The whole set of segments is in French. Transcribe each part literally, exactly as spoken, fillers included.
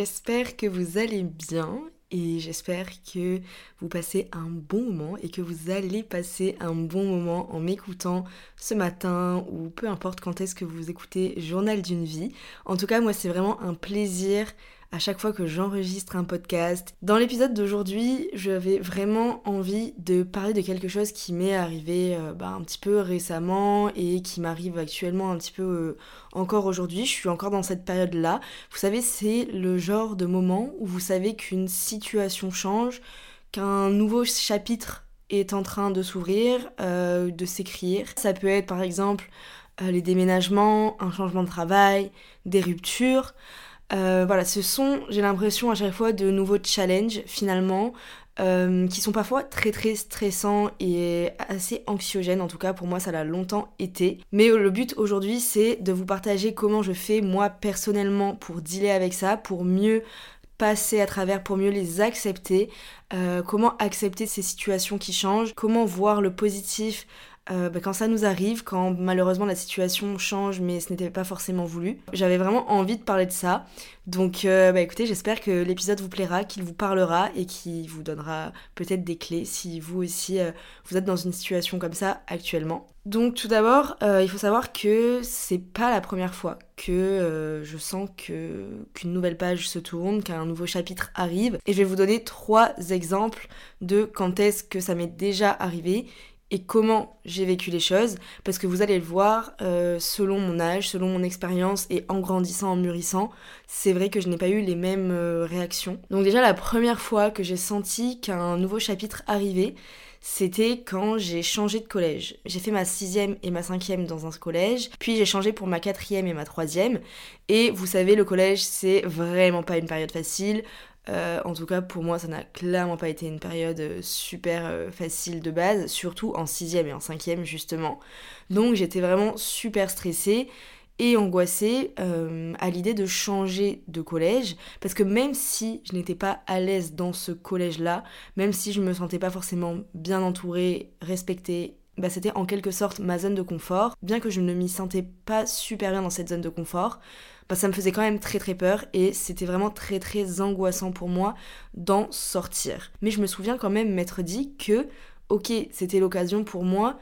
j'espère que vous allez bien et j'espère que vous passez un bon moment et que vous allez passer un bon moment en m'écoutant ce matin ou peu importe quand est-ce que vous écoutez Journal d'une vie. En tout cas, moi, c'est vraiment un plaisir à chaque fois que j'enregistre un podcast. Dans l'épisode d'aujourd'hui, j'avais vraiment envie de parler de quelque chose qui m'est arrivé euh, bah, un petit peu récemment et qui m'arrive actuellement un petit peu euh, encore aujourd'hui. Je suis encore dans cette période-là. Vous savez, c'est le genre de moment où vous savez qu'une situation change, qu'un nouveau chapitre est en train de s'ouvrir, euh, de s'écrire. Ça peut être par exemple euh, les déménagements, un changement de travail, des ruptures. Euh, voilà, ce sont, j'ai l'impression à chaque fois, de nouveaux challenges finalement, euh, qui sont parfois très très stressants et assez anxiogènes. En tout cas, pour moi, ça l'a longtemps été. Mais le but aujourd'hui, c'est de vous partager comment je fais moi personnellement pour dealer avec ça, pour mieux passer à travers, pour mieux les accepter, euh, comment accepter ces situations qui changent, comment voir le positif Euh, bah, quand ça nous arrive, quand malheureusement la situation change mais ce n'était pas forcément voulu. J'avais vraiment envie de parler de ça. Donc euh, bah écoutez, j'espère que l'épisode vous plaira, qu'il vous parlera et qu'il vous donnera peut-être des clés si vous aussi euh, vous êtes dans une situation comme ça actuellement. Donc tout d'abord, euh, il faut savoir que c'est pas la première fois que euh, je sens que qu'une nouvelle page se tourne, qu'un nouveau chapitre arrive. Et je vais vous donner trois exemples de quand est-ce que ça m'est déjà arrivé et comment j'ai vécu les choses, parce que vous allez le voir, euh, selon mon âge, selon mon expérience et en grandissant, en mûrissant, c'est vrai que je n'ai pas eu les mêmes euh, réactions. Donc déjà la première fois que j'ai senti qu'un nouveau chapitre arrivait, c'était quand j'ai changé de collège. J'ai fait ma sixième et ma cinquième dans un collège, puis j'ai changé pour ma quatrième et ma troisième, et vous savez, le collège c'est vraiment pas une période facile. Euh, en tout cas, pour moi, ça n'a clairement pas été une période super euh, facile de base, surtout en sixième et en cinquième, justement. Donc, j'étais vraiment super stressée et angoissée euh, à l'idée de changer de collège, parce que même si je n'étais pas à l'aise dans ce collège-là, même si je me sentais pas forcément bien entourée, respectée, bah c'était en quelque sorte ma zone de confort. Bien que je ne m'y sentais pas super bien dans cette zone de confort, bah ça me faisait quand même très très peur et c'était vraiment très très angoissant pour moi d'en sortir. Mais je me souviens quand même m'être dit que, ok, c'était l'occasion pour moi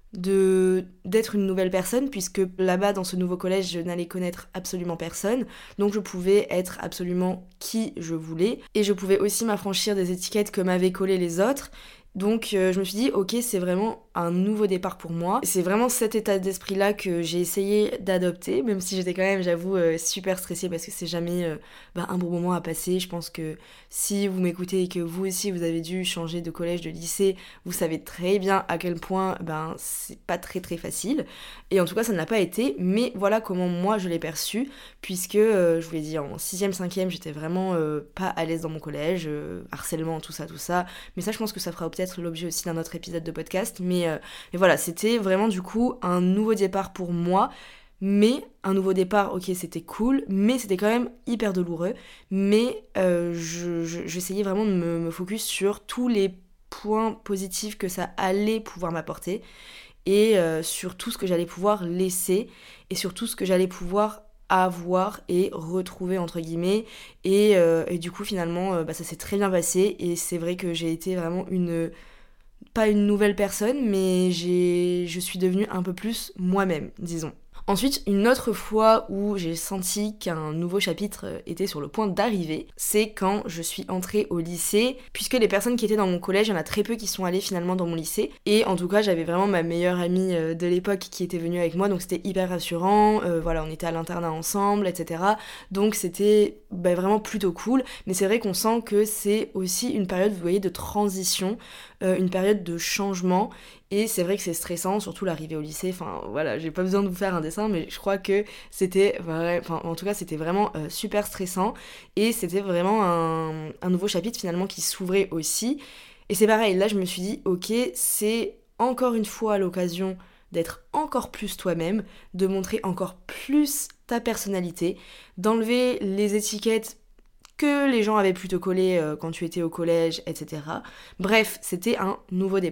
de d'être une nouvelle personne, puisque là-bas dans ce nouveau collège je n'allais connaître absolument personne, donc je pouvais être absolument qui je voulais et je pouvais aussi m'affranchir des étiquettes que m'avaient collées les autres. Donc euh, je me suis dit ok, c'est vraiment un nouveau départ pour moi. C'est vraiment cet état d'esprit là que j'ai essayé d'adopter, même si j'étais quand même, j'avoue, euh, super stressée parce que c'est jamais euh, bah, un bon moment à passer. Je pense que si vous m'écoutez et que vous aussi vous avez dû changer de collège, de lycée, vous savez très bien à quel point ben c'est pas très très facile. Et en tout cas ça n'a pas été, mais voilà comment moi je l'ai perçu, puisque euh, je vous l'ai dit, en sixième, cinquième j'étais vraiment euh, pas à l'aise dans mon collège, euh, harcèlement, tout ça, tout ça. Mais ça je pense que ça fera peut-être l'objet aussi d'un autre épisode de podcast. Mais, euh, mais voilà, c'était vraiment du coup un nouveau départ pour moi. Mais un nouveau départ, ok, c'était cool, mais c'était quand même hyper douloureux. Mais euh, je, je, j'essayais vraiment de me, me focus sur tous les points positifs que ça allait pouvoir m'apporter et euh, sur tout ce que j'allais pouvoir laisser et sur tout ce que j'allais pouvoir avoir et retrouver entre guillemets et, euh, et du coup finalement euh, bah, ça s'est très bien passé et c'est vrai que j'ai été vraiment une pas une nouvelle personne, mais j'ai je suis devenue un peu plus moi-même, disons. Ensuite, une autre fois où j'ai senti qu'un nouveau chapitre était sur le point d'arriver, c'est quand je suis entrée au lycée, puisque les personnes qui étaient dans mon collège, il y en a très peu qui sont allées finalement dans mon lycée, et en tout cas j'avais vraiment ma meilleure amie de l'époque qui était venue avec moi, donc c'était hyper rassurant, euh, voilà, on était à l'internat ensemble, et cetera. Donc c'était bah, vraiment plutôt cool, mais c'est vrai qu'on sent que c'est aussi une période, vous voyez, de transition, euh, une période de changement, et c'est vrai que c'est stressant, surtout l'arrivée au lycée. Enfin voilà, j'ai pas besoin de vous faire un dessin, mais je crois que c'était vrai, enfin en tout cas c'était vraiment euh, super stressant et c'était vraiment un, un nouveau chapitre finalement qui s'ouvrait aussi. Et c'est pareil, là je me suis dit ok, c'est encore une fois l'occasion d'être encore plus toi-même, de montrer encore plus ta personnalité, d'enlever les étiquettes que les gens avaient plutôt collées euh, quand tu étais au collège, et cetera. Bref, c'était un nouveau départ.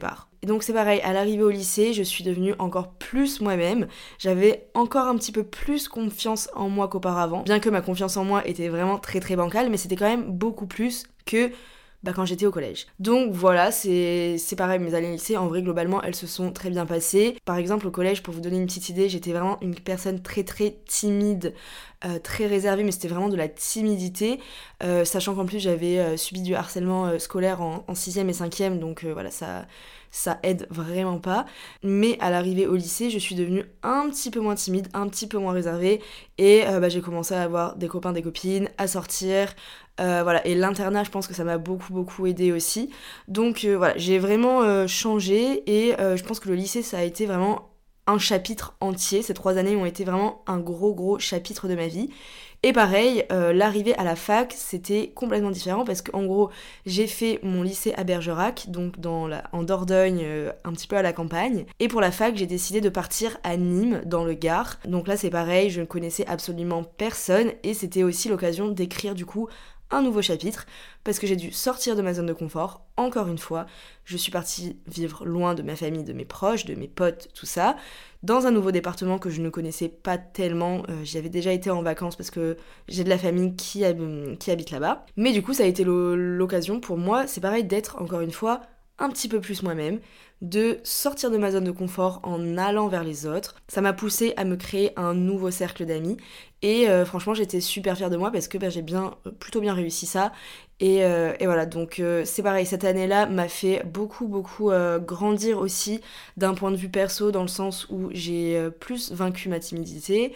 Et donc c'est pareil, à l'arrivée au lycée, je suis devenue encore plus moi-même. J'avais encore un petit peu plus confiance en moi qu'auparavant. Bien que ma confiance en moi était vraiment très très bancale, mais c'était quand même beaucoup plus que bah, quand j'étais au collège. Donc voilà, c'est, c'est pareil, mes années lycée, en vrai, globalement, elles se sont très bien passées. Par exemple, au collège, pour vous donner une petite idée, j'étais vraiment une personne très très timide, euh, très réservée, mais c'était vraiment de la timidité, euh, sachant qu'en plus, j'avais euh, subi du harcèlement euh, scolaire en, en sixième et cinquième, donc euh, voilà, ça... ça aide vraiment pas. Mais à l'arrivée au lycée, je suis devenue un petit peu moins timide, un petit peu moins réservée, et euh, bah, j'ai commencé à avoir des copains, des copines, à sortir, euh, voilà. Et l'internat, je pense que ça m'a beaucoup, beaucoup aidé aussi. Donc euh, voilà, j'ai vraiment euh, changé, et euh, je pense que le lycée, ça a été vraiment un chapitre entier. Ces trois années ont été vraiment un gros, gros chapitre de ma vie. Et pareil, euh, l'arrivée à la fac, c'était complètement différent parce qu'en gros, j'ai fait mon lycée à Bergerac, donc dans la, en Dordogne, euh, un petit peu à la campagne. Et pour la fac, j'ai décidé de partir à Nîmes, dans le Gard. Donc là, c'est pareil, je ne connaissais absolument personne et c'était aussi l'occasion d'écrire du coup un nouveau chapitre parce que j'ai dû sortir de ma zone de confort. Encore une fois, je suis partie vivre loin de ma famille, de mes proches, de mes potes, tout ça, dans un nouveau département que je ne connaissais pas tellement. Euh, j'y avais déjà été en vacances parce que j'ai de la famille qui, hab- qui habite là-bas. Mais du coup, ça a été l'o- l'occasion pour moi, c'est pareil, d'être encore une fois un petit peu plus moi-même, de sortir de ma zone de confort en allant vers les autres. Ça m'a poussée à me créer un nouveau cercle d'amis et euh, franchement j'étais super fière de moi parce que bah, j'ai bien, plutôt bien réussi ça. Et, euh, et voilà, donc euh, c'est pareil, cette année-là m'a fait beaucoup beaucoup euh, grandir aussi d'un point de vue perso dans le sens où j'ai euh, plus vaincu ma timidité.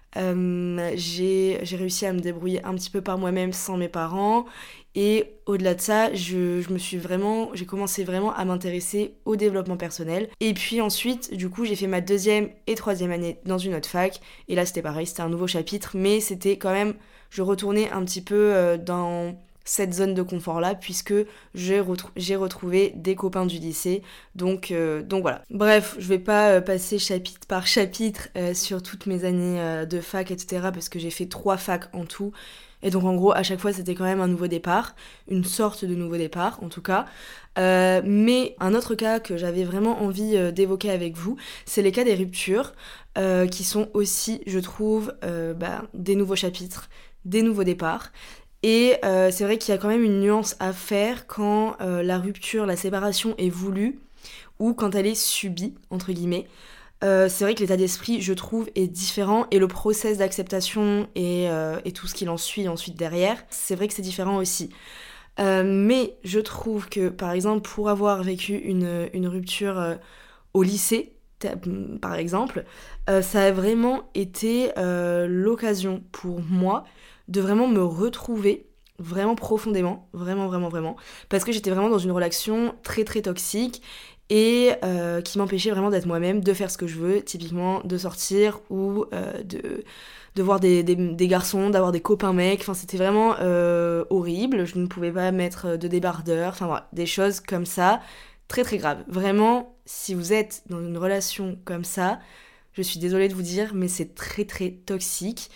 Euh, j'ai, j'ai réussi à me débrouiller un petit peu par moi-même sans mes parents. Et au-delà de ça, je, je me suis vraiment, j'ai commencé vraiment à m'intéresser au développement personnel. Et puis ensuite, du coup, j'ai fait ma deuxième et troisième année dans une autre fac. Et là, c'était pareil, c'était un nouveau chapitre, mais c'était quand même, je retournais un petit peu euh, dans cette zone de confort-là, puisque j'ai, retrou- j'ai retrouvé des copains du lycée. Donc, euh, donc voilà. Bref, je vais pas euh, passer chapitre par chapitre euh, sur toutes mes années euh, de fac, et cetera, parce que j'ai fait trois facs en tout. Et donc en gros, à chaque fois, c'était quand même un nouveau départ, une sorte de nouveau départ en tout cas. Euh, mais un autre cas que j'avais vraiment envie euh, d'évoquer avec vous, c'est les cas des ruptures, euh, qui sont aussi, je trouve, euh, bah, des nouveaux chapitres, des nouveaux départs. Et euh, c'est vrai qu'il y a quand même une nuance à faire quand euh, la rupture, la séparation est voulue ou quand elle est subie, entre guillemets. Euh, c'est vrai que l'état d'esprit, je trouve, est différent et le process d'acceptation et, euh, et tout ce qu'il en suit ensuite derrière, c'est vrai que c'est différent aussi. Euh, mais je trouve que, par exemple, pour avoir vécu une, une rupture euh, au lycée, par exemple, euh, ça a vraiment été euh, l'occasion pour moi de vraiment me retrouver vraiment profondément, vraiment, vraiment, vraiment, parce que j'étais vraiment dans une relation très, très toxique et euh, qui m'empêchait vraiment d'être moi-même, de faire ce que je veux, typiquement de sortir ou euh, de, de voir des, des, des garçons, d'avoir des copains mecs, enfin c'était vraiment euh, horrible, je ne pouvais pas mettre de débardeur, enfin voilà, des choses comme ça, très très graves. Vraiment, si vous êtes dans une relation comme ça, je suis désolée de vous dire, mais c'est très très toxique.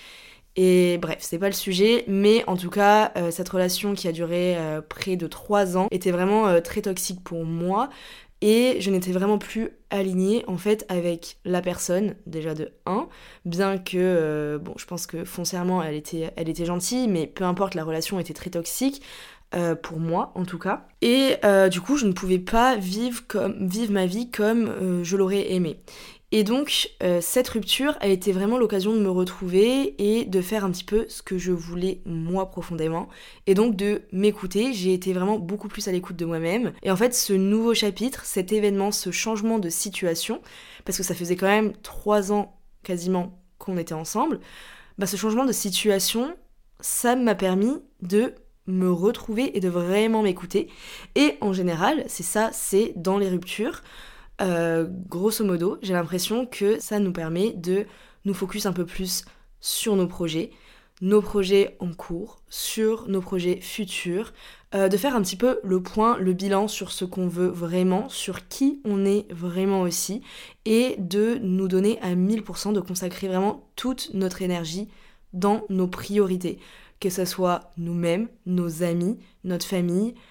Et bref, c'est pas le sujet, mais en tout cas, euh, cette relation qui a duré euh, près de trois ans était vraiment euh, très toxique pour moi. Et je n'étais vraiment plus alignée en fait avec la personne, déjà de un, bien que, euh, bon, je pense que foncièrement elle était, elle était gentille, mais peu importe, la relation était très toxique, euh, pour moi en tout cas. Et euh, du coup, je ne pouvais pas vivre, comme, vivre ma vie comme euh, je l'aurais aimé. Et donc, euh, cette rupture a été vraiment l'occasion de me retrouver et de faire un petit peu ce que je voulais moi profondément. Et donc de m'écouter, j'ai été vraiment beaucoup plus à l'écoute de moi-même. Et en fait, ce nouveau chapitre, cet événement, ce changement de situation, parce que ça faisait quand même trois ans quasiment qu'on était ensemble, bah ce changement de situation, ça m'a permis de me retrouver et de vraiment m'écouter. Et en général, c'est ça, c'est dans les ruptures. Euh, grosso modo, j'ai l'impression que ça nous permet de nous focus un peu plus sur nos projets, nos projets en cours, sur nos projets futurs, euh, de faire un petit peu le point, le bilan sur ce qu'on veut vraiment, sur qui on est vraiment aussi, et de nous donner à mille pour cent, de consacrer vraiment toute notre énergie dans nos priorités, que ce soit nous-mêmes, nos amis, notre famille,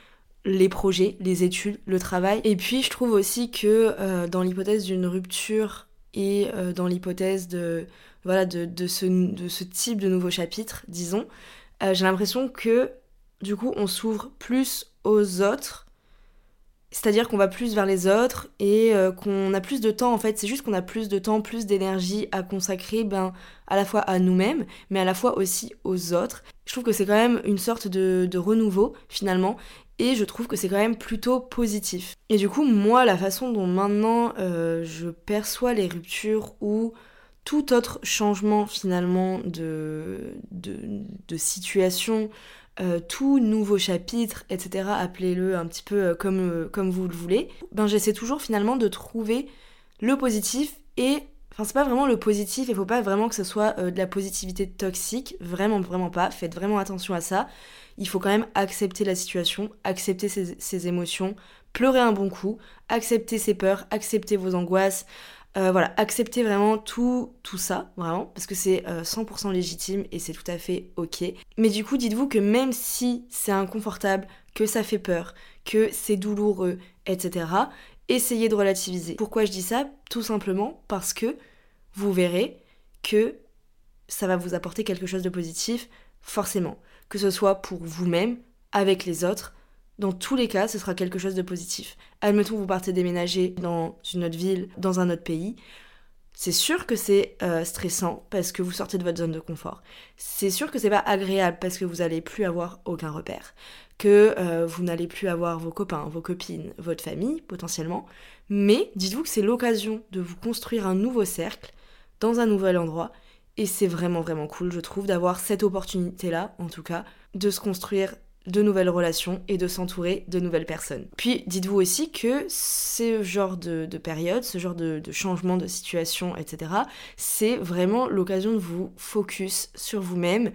les projets, les études, le travail. Et puis je trouve aussi que euh, dans l'hypothèse d'une rupture et euh, dans l'hypothèse de, voilà, de, de, ce, de ce type de nouveau chapitre, disons, euh, j'ai l'impression que du coup on s'ouvre plus aux autres, c'est-à-dire qu'on va plus vers les autres et euh, qu'on a plus de temps en fait, c'est juste qu'on a plus de temps, plus d'énergie à consacrer ben, à la fois à nous-mêmes, mais à la fois aussi aux autres. Je trouve que c'est quand même une sorte de, de renouveau finalement, et je trouve que c'est quand même plutôt positif. Et du coup, moi, la façon dont maintenant euh, je perçois les ruptures ou tout autre changement finalement de, de, de situation, euh, tout nouveau chapitre, et cetera, appelez-le un petit peu euh, comme, euh, comme vous le voulez, ben j'essaie toujours finalement de trouver le positif et... Enfin, c'est pas vraiment le positif, il faut pas vraiment que ce soit euh, de la positivité toxique, vraiment, vraiment pas, faites vraiment attention à ça. Il faut quand même accepter la situation, accepter ses, ses émotions, pleurer un bon coup, accepter ses peurs, accepter vos angoisses, euh, voilà, accepter vraiment tout, tout ça, vraiment, parce que c'est euh, cent pour cent légitime et c'est tout à fait ok. Mais du coup, dites-vous que même si c'est inconfortable, que ça fait peur, que c'est douloureux, et cetera, essayez de relativiser. Pourquoi je dis ça? Tout simplement parce que vous verrez que ça va vous apporter quelque chose de positif, forcément. Que ce soit pour vous-même, avec les autres, dans tous les cas, ce sera quelque chose de positif. Admettons, vous partez déménager dans une autre ville, dans un autre pays. C'est sûr que c'est euh, stressant parce que vous sortez de votre zone de confort. C'est sûr que c'est pas agréable parce que vous n'allez plus avoir aucun repère. Que euh, vous n'allez plus avoir vos copains, vos copines, votre famille, potentiellement. Mais dites-vous que c'est l'occasion de vous construire un nouveau cercle dans un nouvel endroit. Et c'est vraiment, vraiment cool, je trouve, d'avoir cette opportunité-là, en tout cas, de se construire de nouvelles relations et de s'entourer de nouvelles personnes. Puis dites-vous aussi que ce genre de, de période, ce genre de, de changement de situation, et cetera, c'est vraiment l'occasion de vous focus sur vous-même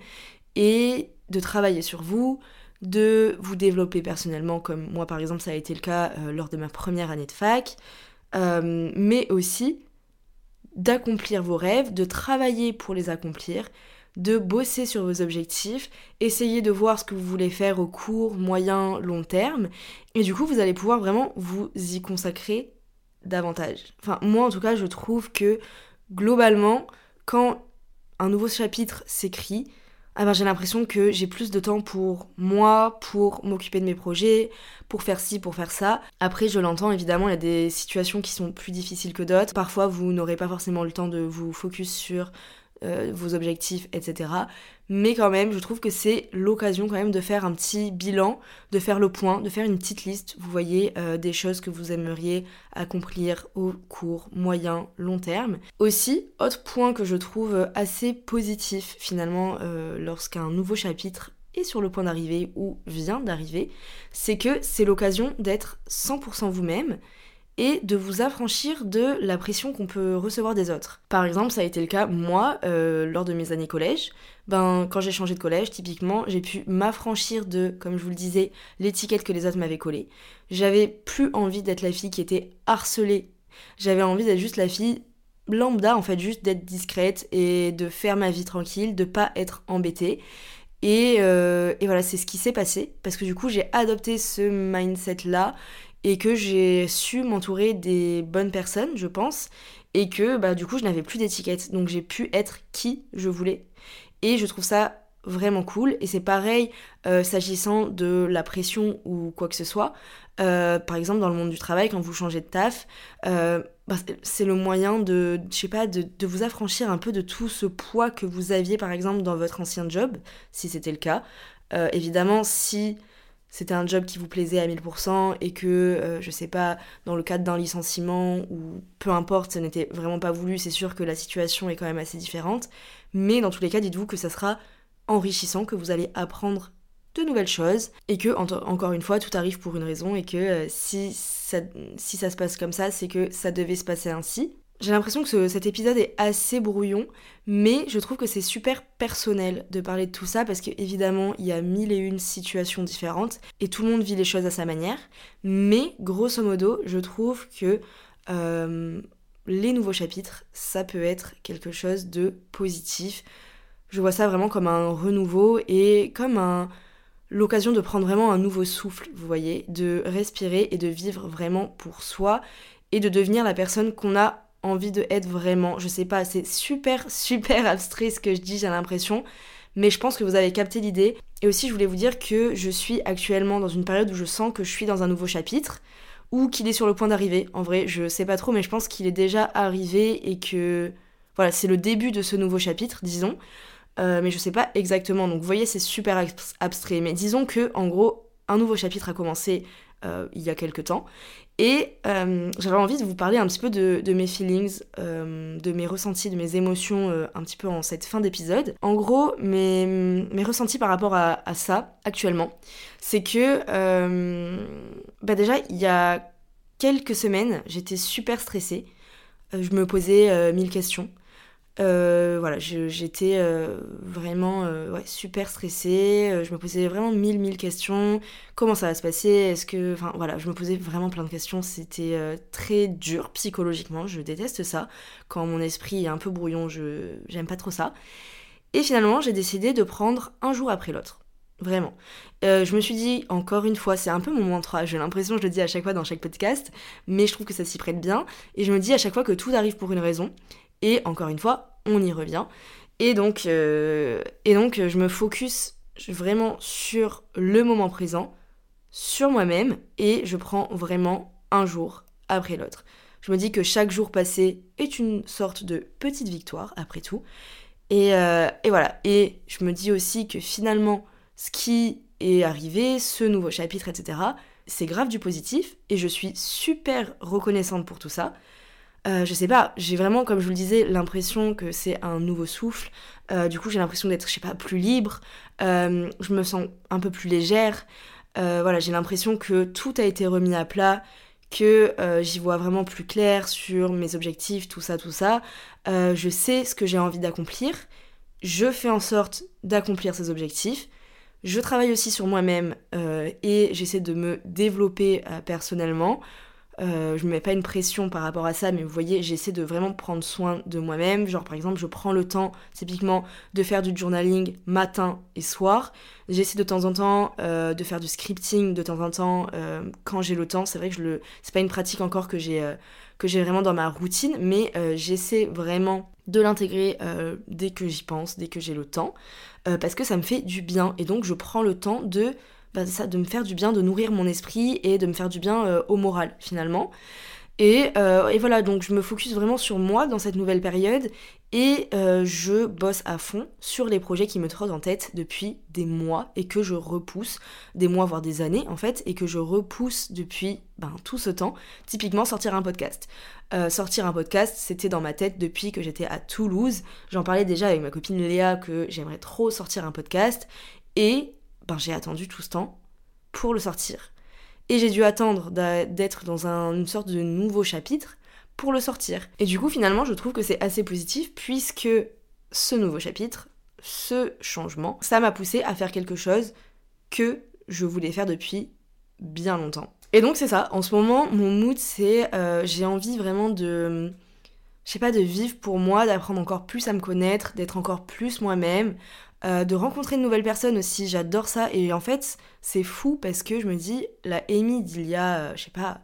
et de travailler sur vous, de vous développer personnellement, comme moi par exemple ça a été le cas euh, lors de ma première année de fac, euh, mais aussi d'accomplir vos rêves, de travailler pour les accomplir, de bosser sur vos objectifs, essayer de voir ce que vous voulez faire au court, moyen, long terme, et du coup vous allez pouvoir vraiment vous y consacrer davantage. Enfin moi en tout cas je trouve que globalement quand un nouveau chapitre s'écrit, ah ben, j'ai l'impression que j'ai plus de temps pour moi, pour m'occuper de mes projets, pour faire ci, pour faire ça. Après, je l'entends, évidemment, il y a des situations qui sont plus difficiles que d'autres. Parfois, vous n'aurez pas forcément le temps de vous focus sur euh, vos objectifs, et cetera. Mais quand même, je trouve que c'est l'occasion quand même de faire un petit bilan, de faire le point, de faire une petite liste, vous voyez, euh, des choses que vous aimeriez accomplir au court, moyen, long terme. Aussi, autre point que je trouve assez positif finalement euh, lorsqu'un nouveau chapitre est sur le point d'arriver ou vient d'arriver, c'est que c'est l'occasion d'être cent pour cent vous-même et de vous affranchir de la pression qu'on peut recevoir des autres. Par exemple, ça a été le cas, moi, euh, lors de mes années collège. Ben, quand j'ai changé de collège, typiquement, j'ai pu m'affranchir de, comme je vous le disais, l'étiquette que les autres m'avaient collée. J'avais plus envie d'être la fille qui était harcelée. J'avais envie d'être juste la fille lambda, en fait, juste d'être discrète et de faire ma vie tranquille, de pas être embêtée. Et, euh, et voilà, c'est ce qui s'est passé, parce que du coup, j'ai adopté ce mindset-là, et que j'ai su m'entourer des bonnes personnes, je pense, et que bah, du coup je n'avais plus d'étiquette, donc j'ai pu être qui je voulais. Et je trouve ça vraiment cool, et c'est pareil euh, s'agissant de la pression ou quoi que ce soit. Euh, par exemple dans le monde du travail, quand vous changez de taf, euh, bah, c'est le moyen de, je sais pas, de, de vous affranchir un peu de tout ce poids que vous aviez par exemple dans votre ancien job, si c'était le cas. Euh, évidemment, si c'était un job qui vous plaisait à mille pour cent et que, euh, je sais pas, dans le cadre d'un licenciement ou peu importe, ça n'était vraiment pas voulu, c'est sûr que la situation est quand même assez différente. Mais dans tous les cas, dites-vous que ça sera enrichissant, que vous allez apprendre de nouvelles choses et que, en- encore une fois, tout arrive pour une raison et que euh, si, ça, si ça se passe comme ça, c'est que ça devait se passer ainsi. J'ai l'impression que ce- cet épisode est assez brouillon, mais je trouve que c'est super personnel de parler de tout ça parce qu'évidemment, il y a mille et une situations différentes et tout le monde vit les choses à sa manière. Mais grosso modo, je trouve que euh, les nouveaux chapitres, ça peut être quelque chose de positif. Je vois ça vraiment comme un renouveau et comme un l'occasion de prendre vraiment un nouveau souffle, vous voyez, de respirer et de vivre vraiment pour soi et de devenir la personne qu'on a envie de être vraiment. Je sais pas, c'est super super abstrait ce que je dis, j'ai l'impression, mais je pense que vous avez capté l'idée. Et aussi je voulais vous dire que je suis actuellement dans une période où je sens que je suis dans un nouveau chapitre, ou qu'il est sur le point d'arriver. En vrai, je sais pas trop, mais je pense qu'il est déjà arrivé et que voilà, c'est le début de ce nouveau chapitre, disons. Euh, mais je sais pas exactement. Donc vous voyez, c'est super abstrait. Mais disons que, en gros, un nouveau chapitre a commencé euh, il y a quelques temps. Et euh, j'avais envie de vous parler un petit peu de, de mes feelings, euh, de mes ressentis, de mes émotions euh, un petit peu en cette fin d'épisode. En gros, mes, mes ressentis par rapport à, à ça, actuellement, c'est que euh, bah déjà, il y a quelques semaines, j'étais super stressée. Euh, je me posais euh, mille questions. Euh, voilà, je- j'étais euh, vraiment euh, ouais, super stressée, euh, je me posais vraiment mille, mille questions. Comment ça va se passer? Est-ce que... Enfin voilà, je me posais vraiment plein de questions. C'était euh, très dur psychologiquement, je déteste ça. Quand mon esprit est un peu brouillon, je j'aime pas trop ça. Et finalement, j'ai décidé de prendre un jour après l'autre. Vraiment. Euh, je me suis dit, encore une fois, c'est un peu mon mantra, j'ai l'impression que je le dis à chaque fois dans chaque podcast, mais je trouve que ça s'y prête bien. Et je me dis à chaque fois que tout arrive pour une raison. Et encore une fois, on y revient. Et donc, euh, et donc je me focus vraiment sur le moment présent, sur moi-même, et je prends vraiment un jour après l'autre. Je me dis que chaque jour passé est une sorte de petite victoire, après tout. Et, euh, et voilà. Et je me dis aussi que finalement, ce qui est arrivé, ce nouveau chapitre, et cetera, c'est grave du positif, et je suis super reconnaissante pour tout ça. Euh, je sais pas, j'ai vraiment, comme je vous le disais, l'impression que c'est un nouveau souffle. Euh, du coup, j'ai l'impression d'être, je sais pas, plus libre. Euh, je me sens un peu plus légère. Euh, voilà, j'ai l'impression que tout a été remis à plat, que euh, j'y vois vraiment plus clair sur mes objectifs, tout ça, tout ça. Euh, je sais ce que j'ai envie d'accomplir. Je fais en sorte d'accomplir ces objectifs. Je travaille aussi sur moi-même euh, et j'essaie de me développer euh, personnellement. Euh, je me mets pas une pression par rapport à ça, mais vous voyez, j'essaie de vraiment prendre soin de moi-même. Genre, par exemple, je prends le temps, typiquement, de faire du journaling matin et soir. J'essaie de temps en temps euh, de faire du scripting de temps en temps euh, quand j'ai le temps. C'est vrai que je le... c'est pas une pratique encore que j'ai, euh, que j'ai vraiment dans ma routine, mais euh, j'essaie vraiment de l'intégrer euh, dès que j'y pense, dès que j'ai le temps, euh, parce que ça me fait du bien. Et donc, je prends le temps de bah, ça, de me faire du bien, de nourrir mon esprit et de me faire du bien euh, au moral finalement. Et, euh, et voilà, donc je me focus vraiment sur moi dans cette nouvelle période et euh, je bosse à fond sur les projets qui me trottent en tête depuis des mois et que je repousse, des mois voire des années en fait, et que je repousse depuis ben, tout ce temps. Typiquement sortir un podcast. Euh, sortir un podcast, c'était dans ma tête depuis que j'étais à Toulouse. J'en parlais déjà avec ma copine Léa que j'aimerais trop sortir un podcast et ben, j'ai attendu tout ce temps pour le sortir. Et j'ai dû attendre d'être dans un, une sorte de nouveau chapitre pour le sortir. Et du coup, finalement, je trouve que c'est assez positif puisque ce nouveau chapitre, ce changement, ça m'a poussé à faire quelque chose que je voulais faire depuis bien longtemps. Et donc c'est ça, en ce moment, mon mood, c'est euh, j'ai envie vraiment de... je sais pas, de vivre pour moi, d'apprendre encore plus à me connaître, d'être encore plus moi-même, euh, de rencontrer de nouvelles personnes aussi, j'adore ça. Et en fait, c'est fou parce que je me dis, la Amy d'il y a, euh, je sais pas,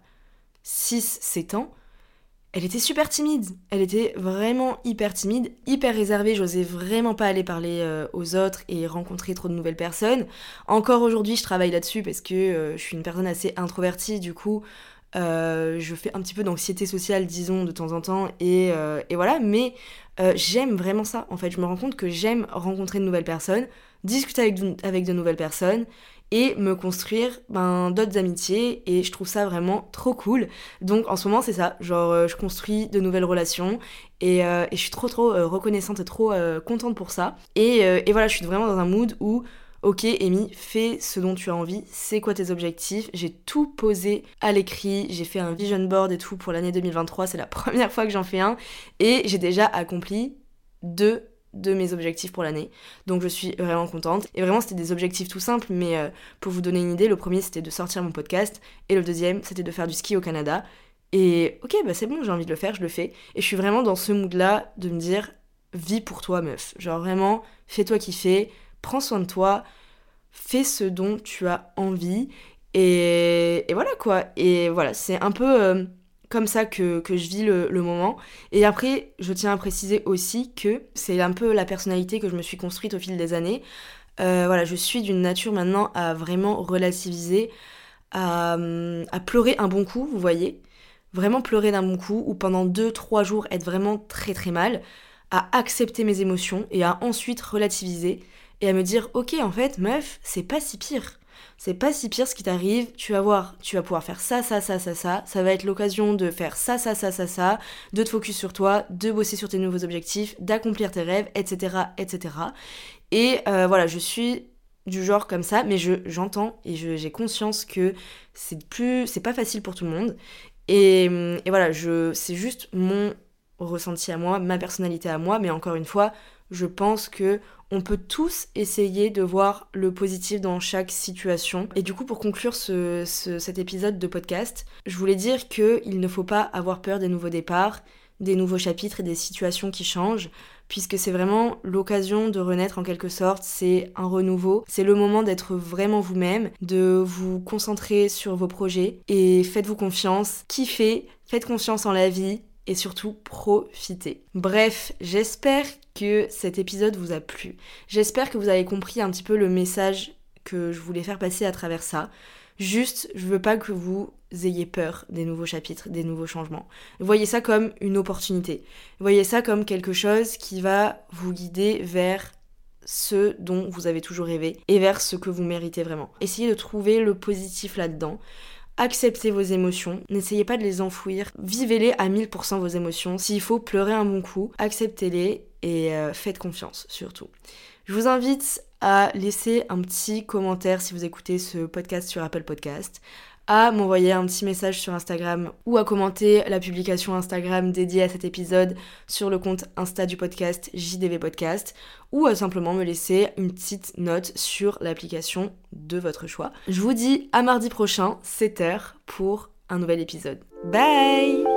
six sept ans, elle était super timide. Elle était vraiment hyper timide, hyper réservée, j'osais vraiment pas aller parler euh, aux autres et rencontrer trop de nouvelles personnes. Encore aujourd'hui, je travaille là-dessus parce que euh, je suis une personne assez introvertie, du coup... Euh, je fais un petit peu d'anxiété sociale, disons, de temps en temps, et, euh, et voilà, mais euh, j'aime vraiment ça, en fait. Je me rends compte que j'aime rencontrer de nouvelles personnes, discuter avec de, avec de nouvelles personnes, et me construire ben, d'autres amitiés, et je trouve ça vraiment trop cool. Donc en ce moment, c'est ça, genre, euh, je construis de nouvelles relations, et, euh, et je suis trop trop euh, reconnaissante et trop euh, contente pour ça. Et, euh, et voilà, je suis vraiment dans un mood où... Ok, Amy, fais ce dont tu as envie, c'est quoi tes objectifs? J'ai tout posé à l'écrit, j'ai fait un vision board et tout pour l'année deux mille vingt-trois, c'est la première fois que j'en fais un, et j'ai déjà accompli deux de mes objectifs pour l'année, donc je suis vraiment contente. Et vraiment, c'était des objectifs tout simples, mais euh, pour vous donner une idée, le premier c'était de sortir mon podcast, et le deuxième c'était de faire du ski au Canada, et ok, bah c'est bon, j'ai envie de le faire, je le fais, et je suis vraiment dans ce mood-là de me dire, vis pour toi meuf, genre vraiment, fais-toi kiffer, prends soin de toi, fais ce dont tu as envie et, et voilà quoi. Et voilà, c'est un peu euh, comme ça que, que je vis le, le moment. Et après, je tiens à préciser aussi que c'est un peu la personnalité que je me suis construite au fil des années. Euh, voilà, je suis d'une nature maintenant à vraiment relativiser, à, à pleurer un bon coup, vous voyez. Vraiment pleurer d'un bon coup, ou pendant deux trois jours être vraiment très très mal, à accepter mes émotions et à ensuite relativiser et à me dire ok en fait meuf, c'est pas si pire. C'est pas si pire ce qui t'arrive, tu vas voir, tu vas pouvoir faire ça, ça, ça, ça, ça, ça va être l'occasion de faire ça, ça, ça, ça, ça, de te focus sur toi, de bosser sur tes nouveaux objectifs, d'accomplir tes rêves, et cetera, et cetera. Et euh, voilà, je suis du genre comme ça, mais je, j'entends et je, j'ai conscience que c'est plus, c'est pas facile pour tout le monde. Et, et voilà, je, c'est juste mon ressenti à moi, ma personnalité à moi, mais encore une fois, je pense que on peut tous essayer de voir le positif dans chaque situation. Et du coup, pour conclure ce, ce, cet épisode de podcast, je voulais dire qu'il ne faut pas avoir peur des nouveaux départs, des nouveaux chapitres et des situations qui changent, puisque c'est vraiment l'occasion de renaître en quelque sorte, c'est un renouveau, c'est le moment d'être vraiment vous-même, de vous concentrer sur vos projets et faites-vous confiance, kiffez, faites confiance en la vie et surtout profitez. Bref, j'espère que cet épisode vous a plu. J'espère que vous avez compris un petit peu le message que je voulais faire passer à travers ça. Juste, je veux pas que vous ayez peur des nouveaux chapitres, des nouveaux changements. Voyez ça comme une opportunité. Voyez ça comme quelque chose qui va vous guider vers ce dont vous avez toujours rêvé et vers ce que vous méritez vraiment. Essayez de trouver le positif là-dedans. Acceptez vos émotions, n'essayez pas de les enfouir, vivez-les à mille pour cent vos émotions. S'il faut pleurer un bon coup, acceptez-les et euh, faites confiance surtout. Je vous invite à laisser un petit commentaire si vous écoutez ce podcast sur Apple Podcast, à m'envoyer un petit message sur Instagram ou à commenter la publication Instagram dédiée à cet épisode sur le compte Insta du podcast J D V Podcast ou à simplement me laisser une petite note sur l'application de votre choix. Je vous dis à mardi prochain, sept heures, pour un nouvel épisode. Bye!